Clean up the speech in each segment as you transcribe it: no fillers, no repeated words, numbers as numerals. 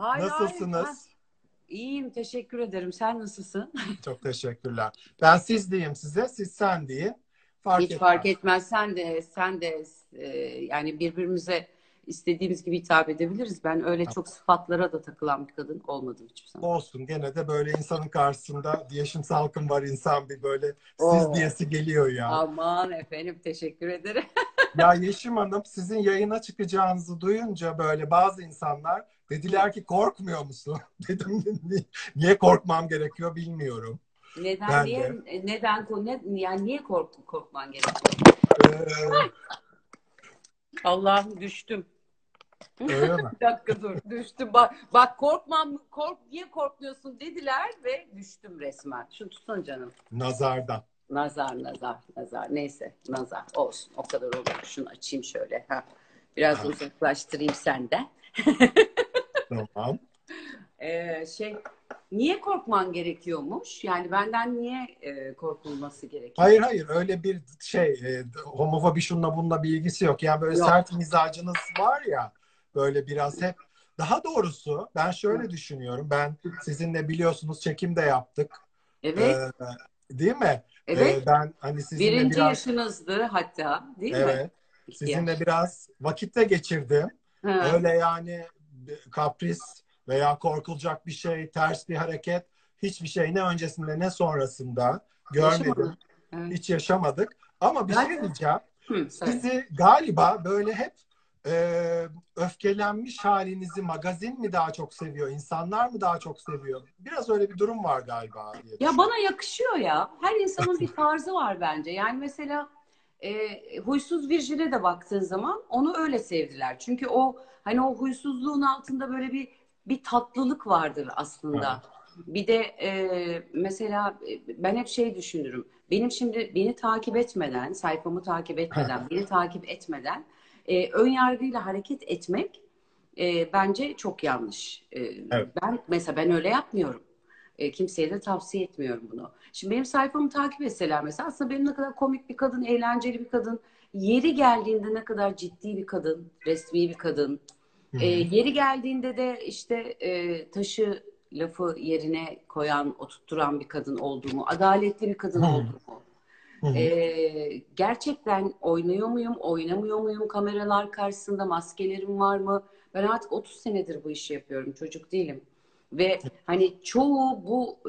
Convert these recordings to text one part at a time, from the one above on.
Hayır hayır. Nasılsınız? İyiyim, teşekkür ederim. Sen nasılsın? Çok teşekkürler. Ben siz diyeyim size, siz sen deyin. Fark Hiç fark etmez. etmez. Sen de yani birbirimize istediğimiz gibi hitap edebiliriz. Ben öyle çok sıfatlara da takılan bir kadın olmadım hiçbir zaman. Olsun. Gene de böyle insanın karşısında Yeşim Salkım var, insan bir böyle siz Oo. diyesi geliyor ya. Aman efendim, teşekkür ederim. Ya Yeşim Hanım, sizin yayına çıkacağınızı duyunca böyle bazı insanlar dediler ki korkmuyor musun? Dedim niye korkmam gerekiyor bilmiyorum. Neden Ben niye de. neden yani niye korkman gerekiyor? Ee, Allah'ım düştüm. öyle mi? Bir dakika dur. Düştüm. Bak korkmam, niye korkmuyorsun dediler ve düştüm resmen. Şunu tutsana canım. Nazardan. Nazar. Neyse, nazar olsun. O kadar olur. Şunu açayım şöyle. Ha. Biraz Ha, uzaklaştırayım senden. tamam. Şey, niye korkman gerekiyormuş? Yani benden niye korkulması gerekiyor? Hayır hayır, öyle bir şey homofobi şununla bununla bir ilgisi yok. Yani böyle Yok. sert mizacınız var ya, böyle biraz hep, daha doğrusu ben şöyle düşünüyorum. Ben sizinle biliyorsunuz çekim de yaptık. E, Evet, değil mi? evet. Ben hani sizinle Birinci biraz, yaşınızdı hatta, değil mi? evet, sizinle İhtiyaç. biraz vakitte geçirdim. Ha. Öyle yani kapris veya korkulacak bir şey, ters bir hareket, hiçbir şey ne öncesinde ne sonrasında görmedim. Yaşamadım. Evet. Hiç yaşamadık. Ama bir şey Zaten. diyeceğim. Söyle. Sizi galiba böyle hep öfkelenmiş halinizi magazin mi daha çok seviyor, insanlar mı daha çok seviyor? Biraz öyle bir durum var galiba diye Ya düşünüyorum. bana yakışıyor ya. Her insanın bir tarzı var bence. Yani mesela Huysuz Virjin'e de baktığın zaman onu öyle sevdiler. Çünkü o hani o huysuzluğun altında böyle bir tatlılık vardır aslında. Evet. Bir de mesela ben hep şey düşünürüm. Benim şimdi beni takip etmeden, sayfamı takip etmeden, beni takip etmeden ön yargıyla hareket etmek bence çok yanlış. Evet. Ben öyle yapmıyorum. Kimseye de tavsiye etmiyorum bunu. Şimdi benim sayfamı takip etseler mesela aslında benim ne kadar komik bir kadın, eğlenceli bir kadın, yeri geldiğinde ne kadar ciddi bir kadın, resmi bir kadın, Hı hı. yeri geldiğinde de işte taşı lafı yerine koyan, oturtturan bir kadın olduğumu, adaletli bir kadın Hı hı. olduğumu, Hı hı. gerçekten oynuyor muyum, oynamıyor muyum kameralar karşısında, maskelerim var mı? Ben artık 30 senedir bu işi yapıyorum, çocuk değilim. Ve hani çoğu bu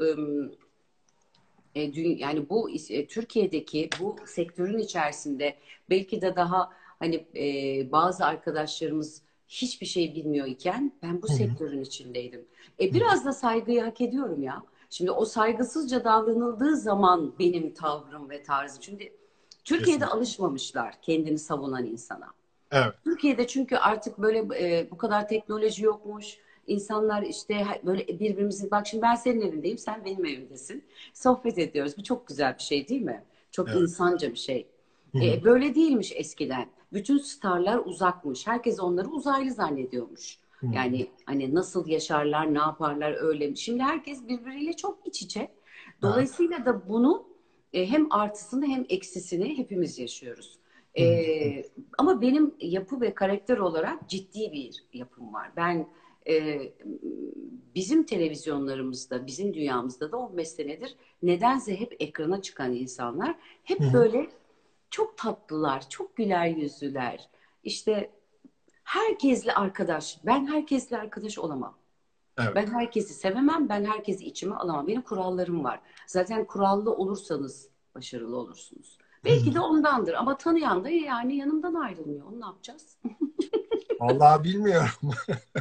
yani bu Türkiye'deki bu sektörün içerisinde belki de daha hani bazı arkadaşlarımız hiçbir şey bilmiyor iken ben bu Hı hı. sektörün içindeydim. Hı hı. Biraz da saygıyı hak ediyorum ya. Şimdi o saygısızca davranıldığı zaman benim tavrım ve tarzım. Çünkü Türkiye'de Kesinlikle. alışmamışlar kendini savunan insana. Evet. Türkiye'de çünkü artık böyle bu kadar teknoloji yokmuş. İnsanlar işte böyle birbirimizi bak şimdi ben senin evindeyim, sen benim evimdesin. Sohbet ediyoruz. Bu çok güzel bir şey değil mi? Çok Evet. insanca bir şey. Hı hı. Böyle değilmiş eskiden. Bütün starlar uzakmış. Herkes onları uzaylı zannediyormuş. Hı hı. Yani hani nasıl yaşarlar, ne yaparlar öyle. Şimdi herkes birbiriyle çok iç içe. Evet. Dolayısıyla da bunu hem artısını hem eksisini hepimiz yaşıyoruz. Hı hı. Ama benim yapı ve karakter olarak ciddi bir yapım var. Ben e, bizim televizyonlarımızda, bizim dünyamızda da 15 senedir nedense hep ekrana çıkan insanlar Hı hep hı. böyle çok tatlılar, çok güler yüzlüler. İşte herkesle arkadaş. Ben herkesle arkadaş olamam. Evet. Ben herkesi sevemem, ben herkesi içime alamam. Benim kurallarım var. Zaten kurallı olursanız başarılı olursunuz. Hı hı. Belki de ondandır ama tanıyan da yani yanımdan ayrılmıyor. Onu ne yapacağız? Vallahi bilmiyorum.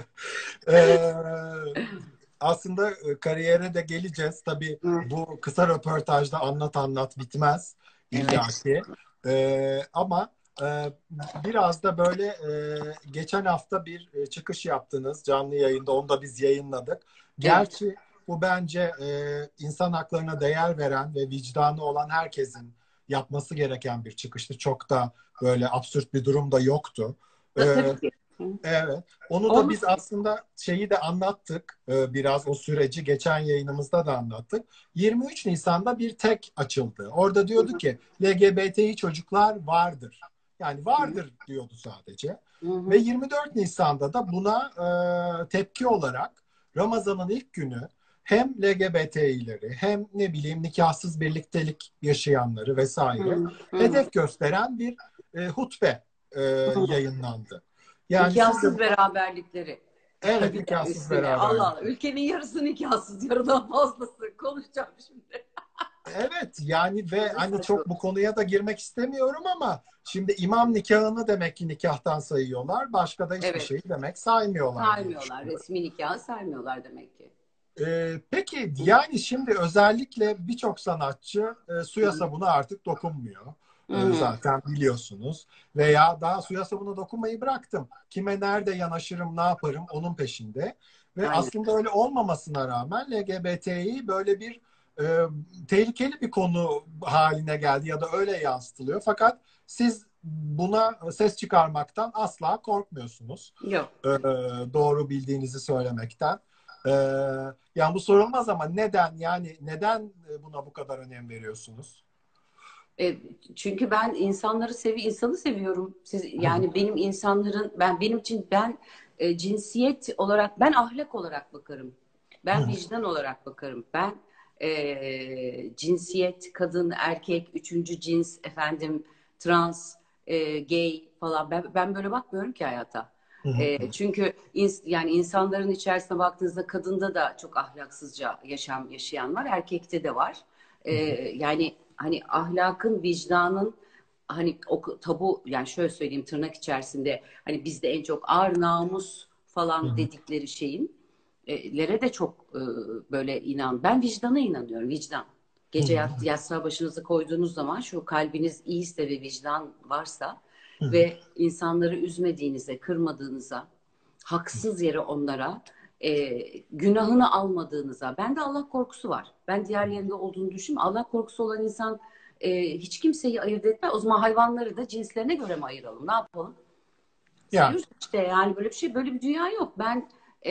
Ee, aslında kariyere de geleceğiz. Tabii Hı, bu kısa röportajda anlat anlat bitmez evet. illaki. Ama biraz da böyle geçen hafta bir çıkış yaptınız canlı yayında. Onu da biz yayınladık. Evet. Gerçi bu bence insan haklarına değer veren ve vicdanı olan herkesin yapması gereken bir çıkıştı. Çok da böyle absürt bir durum da yoktu. Tabii ki. Hı. Evet. Onu da biz Olması gerek. aslında şeyi de anlattık. Biraz o süreci geçen yayınımızda da anlattık. 23 Nisan'da bir tek açıldı. Orada Hı diyordu hı, ki LGBTİ çocuklar vardır. Yani hı hı, vardır diyordu sadece. hı Ve hı. 24 Nisan'da da buna tepki olarak Ramazan'ın ilk günü hem LGBT'lileri hem ne bileyim nikahsız birliktelik yaşayanları vesaire Hı, hı, hedef gösteren bir hutbe hı. yayınlandı. Yani siz de Nikahsız beraberlikleri. evet Bir de nikahsız üstüne. Allah beraberlik. Allah. Ülkenin yarısı nikahsız, yarıdan fazlası. Konuşacağım şimdi. Evet yani ve Ne hani saçma. çok bu konuya da girmek istemiyorum ama şimdi imam nikahını demek ki nikahtan sayıyorlar. Başka da hiçbir Evet. şey demek saymıyorlar diye Saymıyorlar. düşünüyorum. Resmi nikahı saymıyorlar demek ki. Peki yani şimdi özellikle birçok sanatçı Hı suya sabuna artık dokunmuyor. hı. Zaten biliyorsunuz. Veya daha suya sabuna dokunmayı bıraktım. Kime nerede yanaşırım, ne yaparım onun peşinde. Ve Aynen. aslında öyle olmamasına rağmen LGBT'yi böyle bir e, tehlikeli bir konu haline geldi ya da öyle yansıtılıyor. Fakat siz buna ses çıkarmaktan asla korkmuyorsunuz. Yok. E, doğru bildiğinizi söylemekten. Ee, yani bu sorulmaz ama neden yani neden buna bu kadar önem veriyorsunuz? E, çünkü ben insanı seviyorum. Siz yani benim insanların benim için cinsiyet olarak ben ahlak olarak bakarım. Ben vicdan olarak bakarım. Ben cinsiyet, kadın, erkek, üçüncü cins, efendim, trans, gay falan ben böyle bakmıyorum ki hayata. Çünkü yani insanların içerisine baktığınızda kadında da çok ahlaksızca yaşam yaşayan var, erkekte de var. Yani hani ahlakın, vicdanın hani o tabu yani şöyle söyleyeyim tırnak içerisinde hani bizde en çok ar namus falan dedikleri şeyin lere de çok böyle ben vicdana inanıyorum vicdan. Gece yastığa başınızı koyduğunuz zaman şu kalbiniz iyiyse ve vicdan varsa ve insanları üzmediğinize, kırmadığınıza, haksız yere onlara günahını almadığınıza. Bende Allah korkusu var. Ben diğerlerinde olduğunu düşünmüyorum. Allah korkusu olan insan hiç kimseyi ayırt etmez. O zaman hayvanları da cinslerine göre mi ayıralım? Ne yapalım? Yani Sayıyoruz işte yani böyle bir şey, böyle bir dünya yok. Ben e,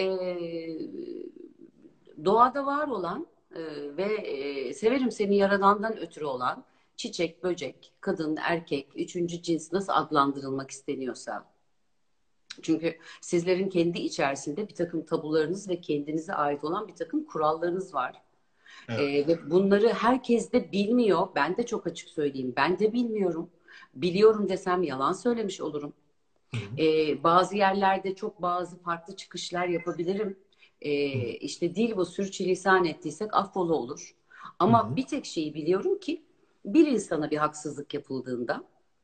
doğada var olan ve severim seni yaradandan ötürü olan çiçek, böcek, kadın, erkek, üçüncü cins nasıl adlandırılmak isteniyorsa. Çünkü sizlerin kendi içerisinde bir takım tabularınız ve kendinize ait olan bir takım kurallarınız var. evet. Ve bunları herkes de bilmiyor. Ben de çok açık söyleyeyim. Ben de bilmiyorum. Biliyorum desem yalan söylemiş olurum. Bazı yerlerde çok bazı farklı çıkışlar yapabilirim. İşte dil bu sürçülisan ettiysek affola olur. Ama bir tek şeyi biliyorum ki bir insana bir haksızlık yapıldığında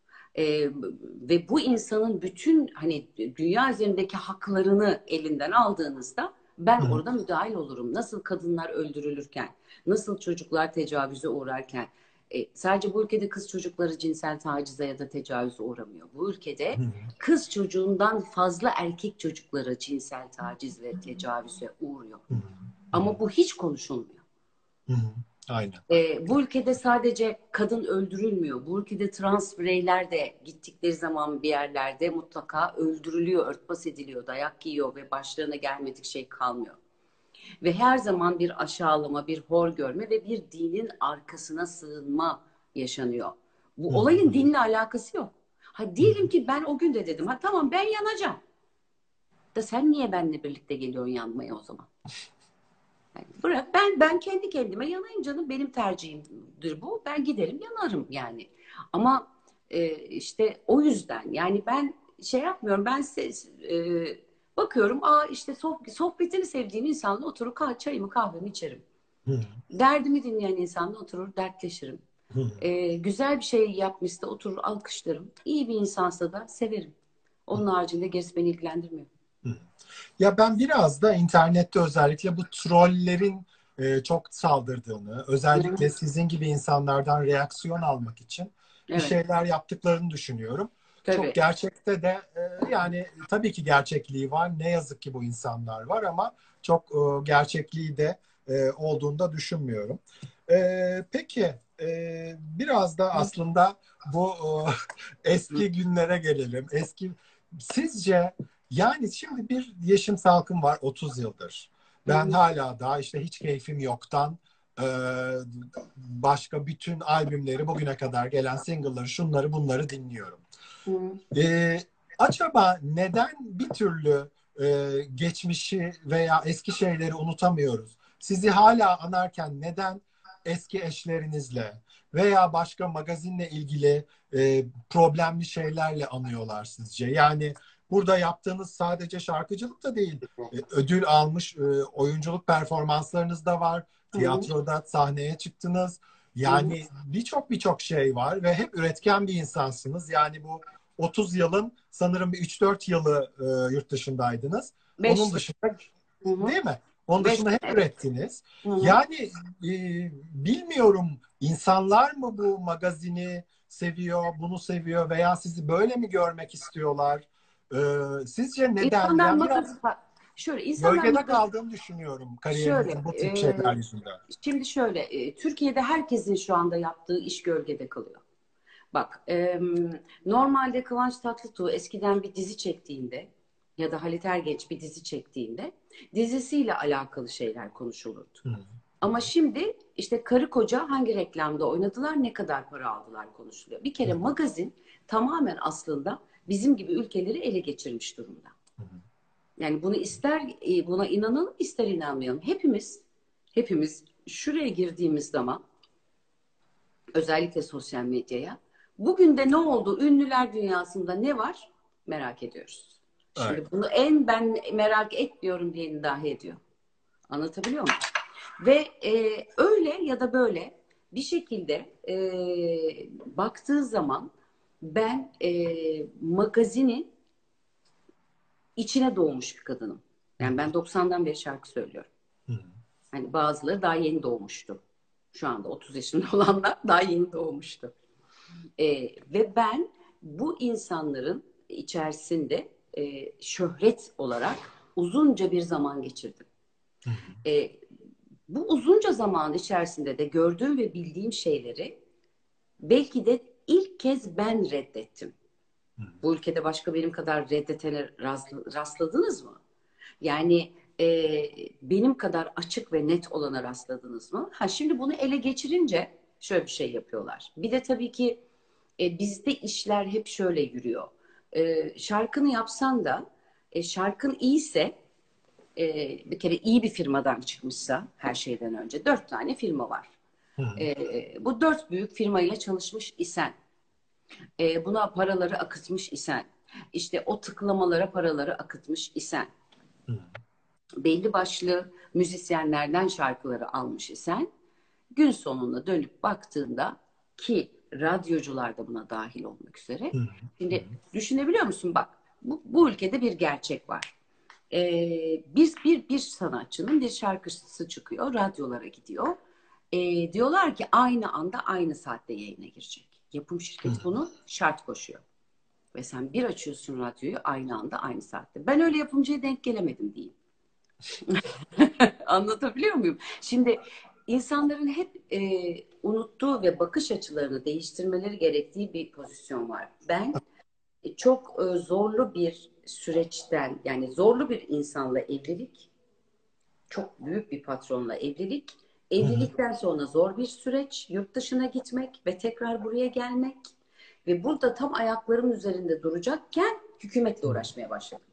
ve bu insanın bütün hani dünya üzerindeki haklarını elinden aldığınızda ben orada müdahil olurum. Nasıl kadınlar öldürülürken, nasıl çocuklar tecavüze uğrarken, sadece bu ülkede kız çocukları cinsel tacize ya da tecavüze uğramıyor. Bu ülkede kız çocuğundan fazla erkek çocukları cinsel taciz ve tecavüze uğruyor. Ama bu hiç konuşulmuyor. Aynen. Bu ülkede sadece kadın öldürülmüyor. Bu ülkede trans bireyler de gittikleri zaman bir yerlerde mutlaka öldürülüyor, örtbas ediliyor, dayak yiyor ve başlarına gelmedik şey kalmıyor. Ve her zaman bir aşağılama, bir hor görme ve bir dinin arkasına sığınma yaşanıyor. Bu olayın dinle alakası yok. Ha diyelim ki ben o gün de dedim, ha tamam ben yanacağım. Da sen niye benimle birlikte geliyorsun yanmaya o zaman? Yani bırak ben kendi kendime yanayım canım, benim tercihimdir bu. Ben giderim yanarım yani. Ama işte o yüzden yani ben şey yapmıyorum. Ben bakıyorum işte sohbetini sevdiğim insanla oturup çayımı kahvemi içerim. Derdimi dinleyen insanla oturur dertleşirim. Güzel bir şey yapmışsa oturur alkışlarım. İyi bir insansa da severim. Onun haricinde gerisi beni ilgilendirmiyor. Ya ben biraz da internette özellikle bu trollerin çok saldırdığını, özellikle Hı-hı. sizin gibi insanlardan reaksiyon almak için bir Evet, şeyler yaptıklarını düşünüyorum. Çok tabii. gerçekte de yani tabii ki gerçekliği var. Ne yazık ki bu insanlar var ama çok gerçekliği de olduğunu da düşünmüyorum. Peki biraz da aslında bu eski günlere gelelim. Sizce yani şimdi bir Yeşim Salkım var 30 yıldır. Ben Hı-hı. hala daha işte hiç keyfim yoktan e, başka bütün albümleri bugüne kadar gelen single'ları şunları bunları dinliyorum. Hı-hı. Acaba neden bir türlü geçmişi veya eski şeyleri unutamıyoruz. Sizi hala anarken neden eski eşlerinizle veya başka magazinle ilgili problemli şeylerle anıyorlar sizce? Yani burada yaptığınız sadece şarkıcılık da değil, ödül almış oyunculuk performanslarınız da var. Hı hı. Tiyatroda sahneye çıktınız. Hı hı. Yani birçok şey var ve hep üretken bir insansınız. Yani bu 30 yılın sanırım bir 3-4 yılı yurt dışındaydınız. Onun 5 yıl. dışında Hı hı. değil mi? Onun 5 dışında yıl, hep evet. ürettiniz. Hı hı. Yani e, bilmiyorum, insanlar mı bu magazini seviyor, bunu seviyor veya sizi böyle mi görmek istiyorlar? Sizce neden? İnsanlar Yani biraz magazin, bak, şöyle insanlar gölgede magazin, kaldığını düşünüyorum şöyle kariyerinizin bu tip şeyler yüzünden. şimdi şöyle Türkiye'de herkesin şu anda yaptığı iş gölgede kalıyor. Bak, normalde Kıvanç Tatlıtuğ eskiden bir dizi çektiğinde ya da Halit Ergenç bir dizi çektiğinde dizisiyle alakalı şeyler konuşulurdu. Hı, Ama şimdi işte karı koca hangi reklamda oynadılar, ne kadar para aldılar konuşuluyor. Bir hı, kere magazin tamamen aslında bizim gibi ülkeleri ele geçirmiş durumda. hı, Yani bunu ister buna inanalım ister inanmayalım. Hepimiz şuraya girdiğimiz zaman özellikle sosyal medyaya bugün de ne oldu? Ünlüler dünyasında ne var? Merak ediyoruz. evet. Şimdi bunu en ben merak etmiyorum diyeni dahi ediyor. Anlatabiliyor muyum? Ve öyle ya da böyle bir şekilde baktığı zaman ben magazinin içine doğmuş bir kadınım. Hı, Yani ben 90'dan beri şarkı söylüyorum. hı, Hani bazıları daha yeni doğmuştu. Şu anda 30 yaşında olanlar daha yeni doğmuştu. Ve ben bu insanların içerisinde şöhret olarak uzunca bir zaman geçirdim. hı, E, Bu uzunca zaman içerisinde de gördüğüm ve bildiğim şeyleri belki de ilk kez ben reddettim. hı. Bu ülkede başka benim kadar reddetene rastladınız mı? Yani benim kadar açık ve net olana rastladınız mı? Ha, şimdi bunu ele geçirince şöyle bir şey yapıyorlar. Bir de tabii ki bizde işler hep şöyle yürüyor. Şarkını yapsan da şarkın iyiyse bir kere iyi bir firmadan çıkmışsa her şeyden önce 4 tane firma var. Hı hı. Bu 4 büyük firmayla çalışmış isen, buna paraları akıtmış isen, işte o tıklamalara paraları akıtmış isen, Hı. belli başlı müzisyenlerden şarkıları almış isen, gün sonunda dönüp baktığında ki radyocular da buna dahil olmak üzere. Hı hı. Hı Şimdi düşünebiliyor musun? Bak, bu ülkede bir gerçek var. Bir sanatçının bir şarkısı çıkıyor, radyolara gidiyor. Diyorlar ki aynı anda aynı saatte yayına girecek. Yapım hı. şirketi bunu şart koşuyor. Ve sen bir açıyorsun radyoyu aynı anda aynı saatte. Ben öyle yapımcıya denk gelemedim diyeyim. Anlatabiliyor muyum? Şimdi insanların hep unuttuğu ve bakış açılarını değiştirmeleri gerektiği bir pozisyon var. Ben çok zorlu bir süreçten, yani zorlu bir insanla evlilik, çok büyük bir patronla evlilik, Hı hı. evlilikten sonra zor bir süreç, yurt dışına gitmek ve tekrar buraya gelmek ve burada tam ayaklarım üzerinde duracakken hükümetle uğraşmaya başladım.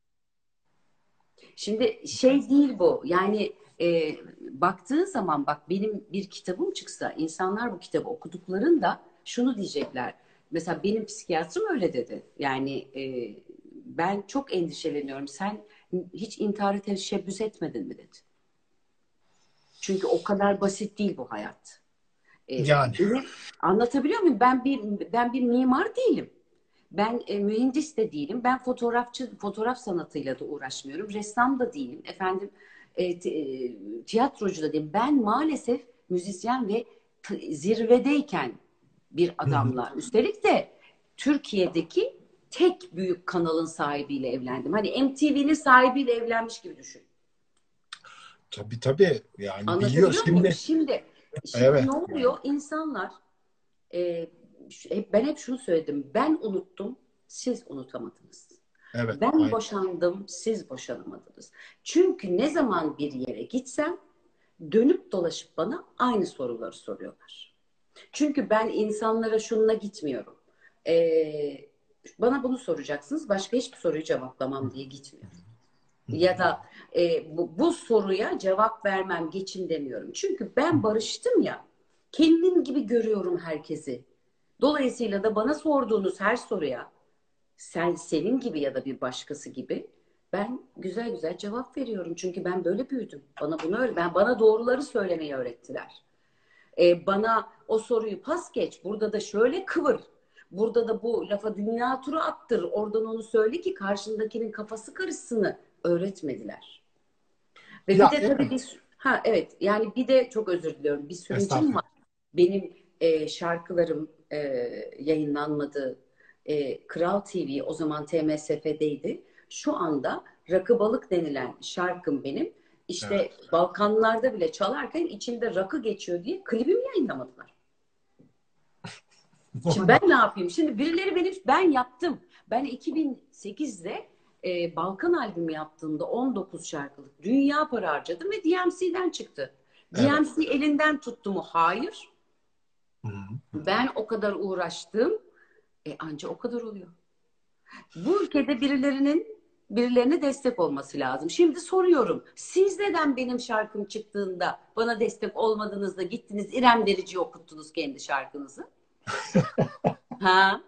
Şimdi şey değil bu. Yani baktığın zaman bak benim bir kitabım çıksa insanlar bu kitabı okuduklarında şunu diyecekler. Mesela benim psikiyatrım öyle dedi. Yani ben çok endişeleniyorum. Sen hiç intihara teşebbüs etmedin mi dedi. Çünkü o kadar basit değil bu hayat. Yani Benim anlatabiliyor muyum? Ben bir mimar değilim. Ben mühendis de değilim. Ben fotoğraf sanatıyla da uğraşmıyorum. Ressam da değilim. Efendim tiyatrocu da değilim. Ben maalesef müzisyen ve zirvedeyken bir hı hı. adamla, üstelik de Türkiye'deki tek büyük kanalın sahibiyle evlendim. Hani MTV'nin sahibiyle evlenmiş gibi düşün. Tabii tabii, yani biliyor Anlatabiliyor muyum? şimdi, Şimdi evet ne yani, oluyor? İnsanlar ben hep şunu söyledim. Ben unuttum, siz unutamadınız. evet Ben aynen. boşandım, siz boşanamadınız. Çünkü ne zaman bir yere gitsem dönüp dolaşıp bana aynı soruları soruyorlar. Çünkü ben insanlara şununla gitmiyorum. Bana bunu soracaksınız, başka hiçbir soruyu cevaplamam diye gitmiyorum. Ya da bu soruya cevap vermem, geçin demiyorum. Çünkü ben barıştım ya, kendim gibi görüyorum herkesi. Dolayısıyla da bana sorduğunuz her soruya senin gibi ya da bir başkası gibi ben güzel güzel cevap veriyorum. Çünkü ben böyle büyüdüm. Bana doğruları söylemeyi öğrettiler. Bana o soruyu pas geç, burada da şöyle kıvır. Burada da bu lafa dünya turu attır. Oradan onu söyle ki karşındakinin kafası karışsını öğretmediler. Ve bir Ya de tabii evet, yani bir de çok özür diliyorum, bir sürecim var. estağfurullah. Benim şarkılarım yayınlanmadı. Kral TV o zaman TMSF'deydi. Şu anda Rakı Balık denilen şarkım benim. İşte Evet. Balkanlarda bile çalarken içinde rakı geçiyor diye klibimi yayınlamadılar. Şimdi ben Normal. ne yapayım? Şimdi birileri ben yaptım. Ben 2008'de Balkan albümü yaptığımda 19 şarkılık dünya para harcadım ve DMC'den çıktı. Evet. DMC elinden tuttu mu? Hayır. Hı hı. Ben o kadar uğraştım. Anca o kadar oluyor. Bu ülkede birilerine destek olması lazım. Şimdi soruyorum. Siz neden benim şarkım çıktığında bana destek olmadınız da gittiniz İrem Derici'ye okuttunuz kendi şarkınızı? Ha?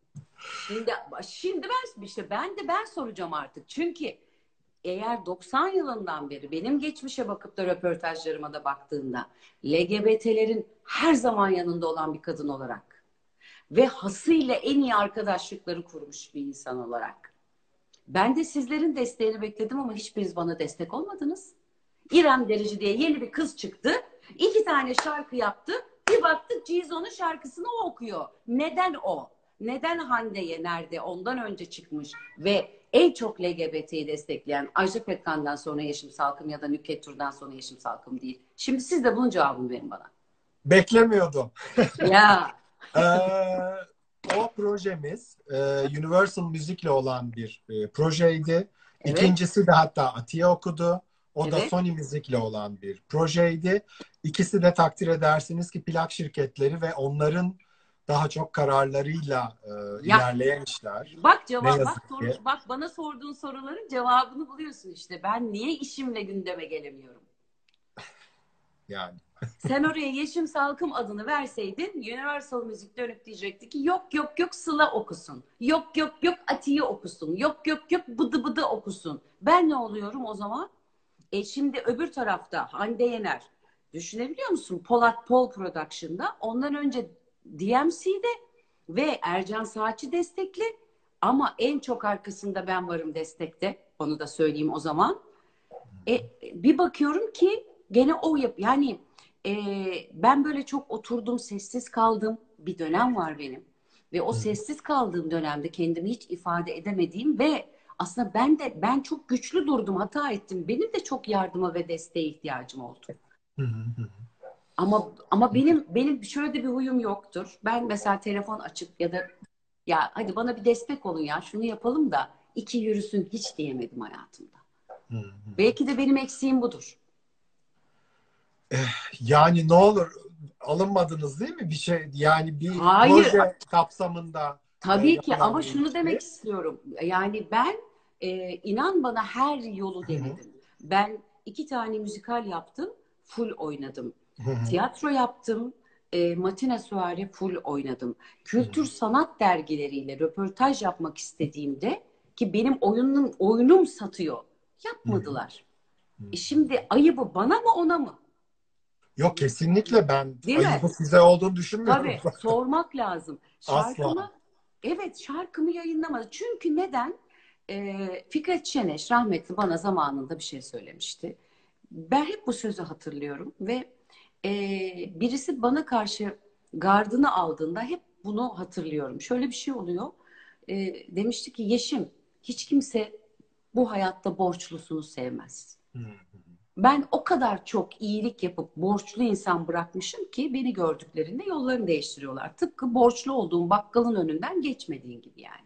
Şimdi ben soracağım artık. Çünkü eğer 90 yılından beri benim geçmişe bakıp da röportajlarıma da baktığında LGBT'lerin her zaman yanında olan bir kadın olarak ve hasıyla en iyi arkadaşlıkları kurmuş bir insan olarak ben de sizlerin desteğini bekledim ama hiçbiriniz bana destek olmadınız. İrem Derici diye yeni bir kız çıktı. 2 tane şarkı yaptı. Bir baktık Cizo'nun şarkısını o okuyor. Neden o? Neden Hande Yener'de ondan önce çıkmış ve en çok LGBT'yi destekleyen Ajda Pekkan'dan sonra Yeşim Salkım ya da Nükhet Tur'dan sonra Yeşim Salkım değil. Şimdi siz de bunun cevabını verin bana. Beklemiyordum. Ya. Ee, O projemiz Universal Müzik'le olan bir projeydi. Evet. İkincisi de hatta Atiye okudu. O da Evet. Sony Müzik'le olan bir projeydi. İkisi de takdir edersiniz ki plak şirketleri ve onların daha çok kararlarıyla Ya ilerleyen işler. bak Ne cevap yazık ki. bak bana sorduğun soruların cevabını buluyorsun işte. Ben niye işimle gündeme gelemiyorum? Yani. Sen oraya Yeşim Salkım adını verseydin Universal Müzik dönüp diyecekti ki yok yok yok Sıla okusun. Yok yok yok Atiye okusun. Yok yok yok Bıdı Bıdı okusun. Ben ne oluyorum o zaman? Şimdi öbür tarafta Hande Yener. Düşünebiliyor musun? Polat Pol Production'da. Ondan önce DMC'de ve Ercan Saatçi destekli. Ama en çok arkasında ben varım destekte. Onu da söyleyeyim o zaman. Bir bakıyorum ki gene o yani ben böyle çok oturdum, sessiz kaldım. Bir dönem var benim. Ve o sessiz kaldığım dönemde kendimi hiç ifade edemediğim ve aslında ben çok güçlü durdum, hata ettim. Benim de çok yardıma ve desteğe ihtiyacım oldu. Ama benim şöyle de bir huyum yoktur. Ben mesela telefon açıp ya da ya hadi bana bir destek olun ya şunu yapalım da iki yürüsün hiç diyemedim hayatımda. Belki de benim eksiğim budur. Yani ne olur alınmadınız değil mi? Bir şey yani bir Hayır, proje kapsamında tabii ki yapılan ama bir şunu demek ilişki. istiyorum. Yani ben inan bana her yolu denedim. Ben 2 tane müzikal yaptım, full oynadım. Tiyatro yaptım, matine suare full oynadım. Kültür sanat dergileriyle röportaj yapmak istediğimde ki benim oyunum satıyor. Yapmadılar. Şimdi ayıbı bana mı ona mı? Yok kesinlikle ben Değil mi? ayıbı size olduğunu düşünmüyorum Tabii zaten. sormak lazım. Asla. Şarkımı yayınlamadı. Çünkü neden? Fikret Şeneş rahmetli bana zamanında bir şey söylemişti. Ben hep bu sözü hatırlıyorum ve birisi bana karşı gardını aldığında hep bunu hatırlıyorum. Şöyle bir şey oluyor. Demişti ki Yeşim hiç kimse bu hayatta borçlusunu sevmez. Ben o kadar çok iyilik yapıp borçlu insan bırakmışım ki beni gördüklerinde yollarını değiştiriyorlar. Tıpkı borçlu olduğum bakkalın önünden geçmediğin gibi yani.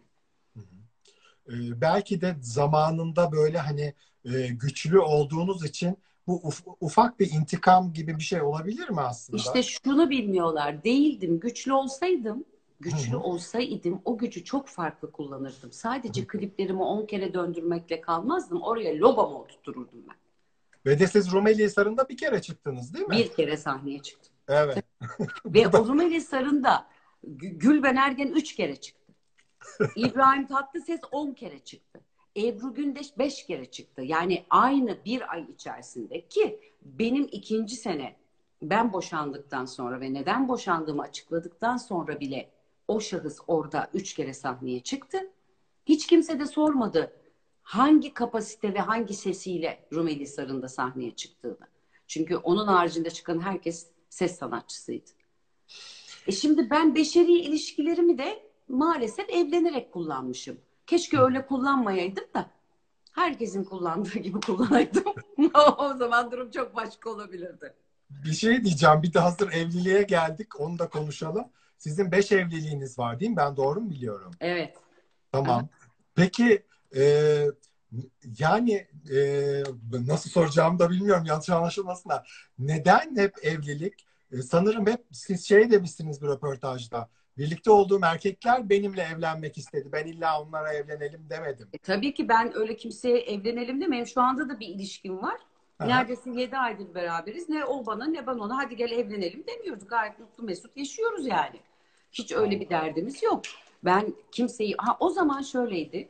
Belki de zamanında böyle hani güçlü olduğunuz için bu ufak bir intikam gibi bir şey olabilir mi İşte aslında? şunu bilmiyorlar. Değildim. Güçlü olsaydım Hı Güçlü hı. olsaydım o gücü çok farklı kullanırdım. Sadece kliplerimi 10 kere döndürmekle kalmazdım. Oraya lobamı oturturdum ben. Ve de siz Rumeli Hisarı'nda bir kere çıktınız değil mi? Bir kere sahneye çıktım. Evet. Ve Bu o da Rumeli Sarı'nda Gülben Ergen 3 kere çıktı. İbrahim Tatlıses 10 kere çıktı. Ebru Gündeş 5 kere çıktı. Yani aynı bir ay içerisinde, ki benim ikinci sene ben boşandıktan sonra ve neden boşandığımı açıkladıktan sonra bile o şahıs orada 3 kere sahneye çıktı. Hiç kimse de sormadı hangi kapasite ve hangi sesiyle Rumeli Sarı'nda sahneye çıktığını. Çünkü onun haricinde çıkan herkes ses sanatçısıydı. Şimdi ben beşeri ilişkilerimi de maalesef evlenerek kullanmışım. Keşke öyle kullanmayaydım da herkesin kullandığı gibi kullanaydım. O zaman durum çok başka olabilirdi. bir şey diyeceğim. Bir de hazır evliliğe geldik. Onu da konuşalım. Sizin 5 evliliğiniz var değil mi? Ben doğru mu biliyorum? Evet. Aha. Tamam. Peki e, yani nasıl soracağımı da bilmiyorum, yanlış anlaşılmasın da. Neden hep evlilik? Sanırım hep siz şey demişsiniz bir röportajda. Birlikte olduğum erkekler benimle evlenmek istedi. Ben illa onlara evlenelim demedim. Tabii ki ben öyle kimseye evlenelim demeyeyim. Şu anda da bir ilişkim var. Aha. Neredeyse 7 aydır beraberiz. Ne o bana ne ben ona hadi gel evlenelim demiyoruz. Gayet mutlu mesut yaşıyoruz yani. Hiç öyle bir derdimiz yok. Ben kimseyi... o zaman şöyleydi.